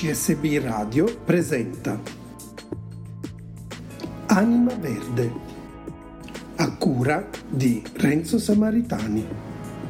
CSB Radio presenta Anima Verde, a cura di Renzo Samaritani.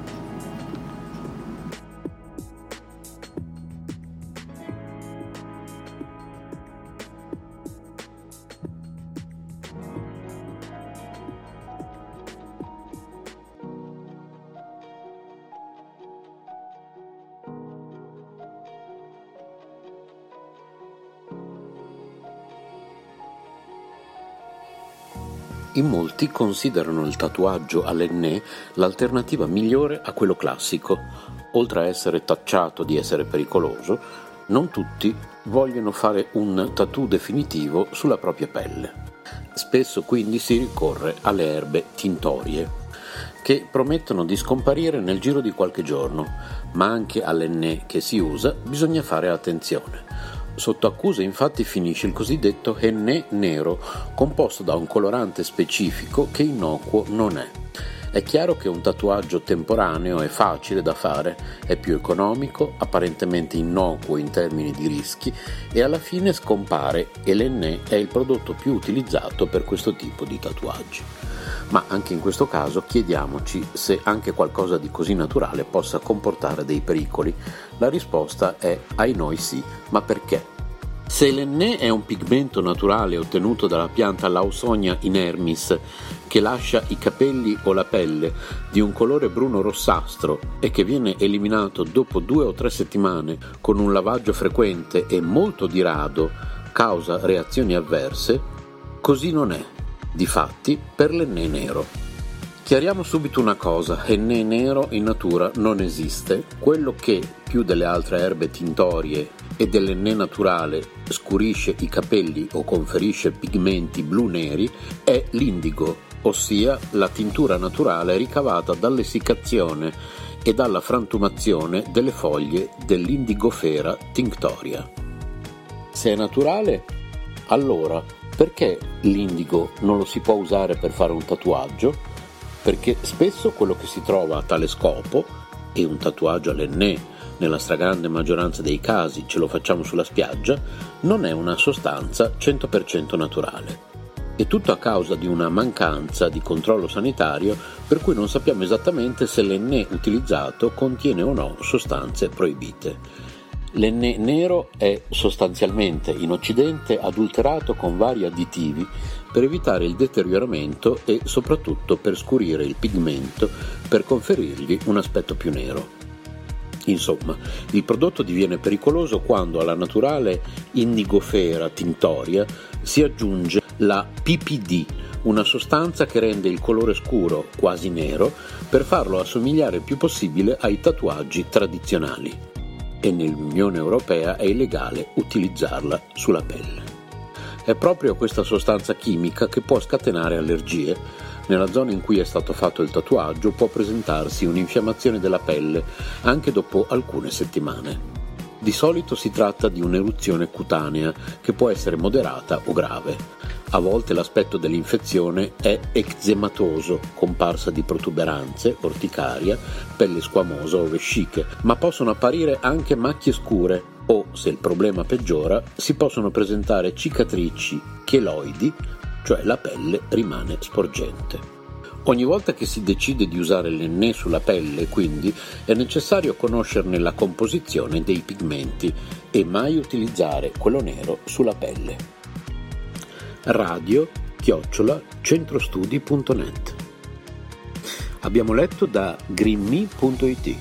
In molti considerano il tatuaggio all'enne l'alternativa migliore a quello classico. Oltre a essere tacciato di essere pericoloso, non tutti vogliono fare un tattoo definitivo sulla propria pelle. Spesso quindi si ricorre alle erbe tintorie, che promettono di scomparire nel giro di qualche giorno, ma anche all'enne che si usa bisogna fare attenzione. Sotto accusa infatti finisce il cosiddetto henné nero, composto da un colorante specifico che innocuo non è. È chiaro che un tatuaggio temporaneo è facile da fare, è più economico, apparentemente innocuo in termini di rischi e alla fine scompare e l'henné è il prodotto più utilizzato per questo tipo di tatuaggi. Ma anche in questo caso chiediamoci se anche qualcosa di così naturale possa comportare dei pericoli. La risposta è noi sì, ma perché? Se l'henné è un pigmento naturale ottenuto dalla pianta Lawsonia inermis che lascia i capelli o la pelle di un colore bruno-rossastro e che viene eliminato dopo 2 o 3 settimane con un lavaggio frequente e molto di rado causa reazioni avverse, così non è. Difatti, per l'henné nero. Chiariamo subito una cosa, henné nero in natura non esiste. Quello che, più delle altre erbe tintorie e dell'henné naturale, scurisce i capelli o conferisce pigmenti blu-neri è l'indigo, ossia la tintura naturale ricavata dall'essiccazione e dalla frantumazione delle foglie dell'indigofera tinctoria. Se è naturale, allora perché l'indigo non lo si può usare per fare un tatuaggio? Perché spesso quello che si trova a tale scopo, e un tatuaggio all'henné nella stragrande maggioranza dei casi ce lo facciamo sulla spiaggia, non è una sostanza 100% naturale. È tutto a causa di una mancanza di controllo sanitario per cui non sappiamo esattamente se l'henné utilizzato contiene o no sostanze proibite. L'henné nero è sostanzialmente in Occidente adulterato con vari additivi per evitare il deterioramento e soprattutto per scurire il pigmento per conferirgli un aspetto più nero. Insomma, il prodotto diviene pericoloso quando alla naturale indigofera tinctoria si aggiunge la PPD, una sostanza che rende il colore scuro, quasi nero, per farlo assomigliare il più possibile ai tatuaggi tradizionali. E nell'Unione Europea è illegale utilizzarla sulla pelle. È proprio questa sostanza chimica che può scatenare allergie. Nella zona in cui è stato fatto il tatuaggio può presentarsi un'infiammazione della pelle anche dopo alcune settimane. Di solito si tratta di un'eruzione cutanea che può essere moderata o grave. A volte l'aspetto dell'infezione è eczematoso, comparsa di protuberanze, orticaria, pelle squamosa o vesciche, ma possono apparire anche macchie scure o, se il problema peggiora, si possono presentare cicatrici cheloidi, cioè la pelle rimane sporgente. Ogni volta che si decide di usare l'henné sulla pelle, quindi, è necessario conoscerne la composizione dei pigmenti e mai utilizzare quello nero sulla pelle. radio@centrostudi.net. Abbiamo letto da greenme.it.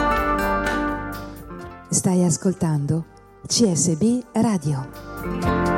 Stai ascoltando CSB Radio.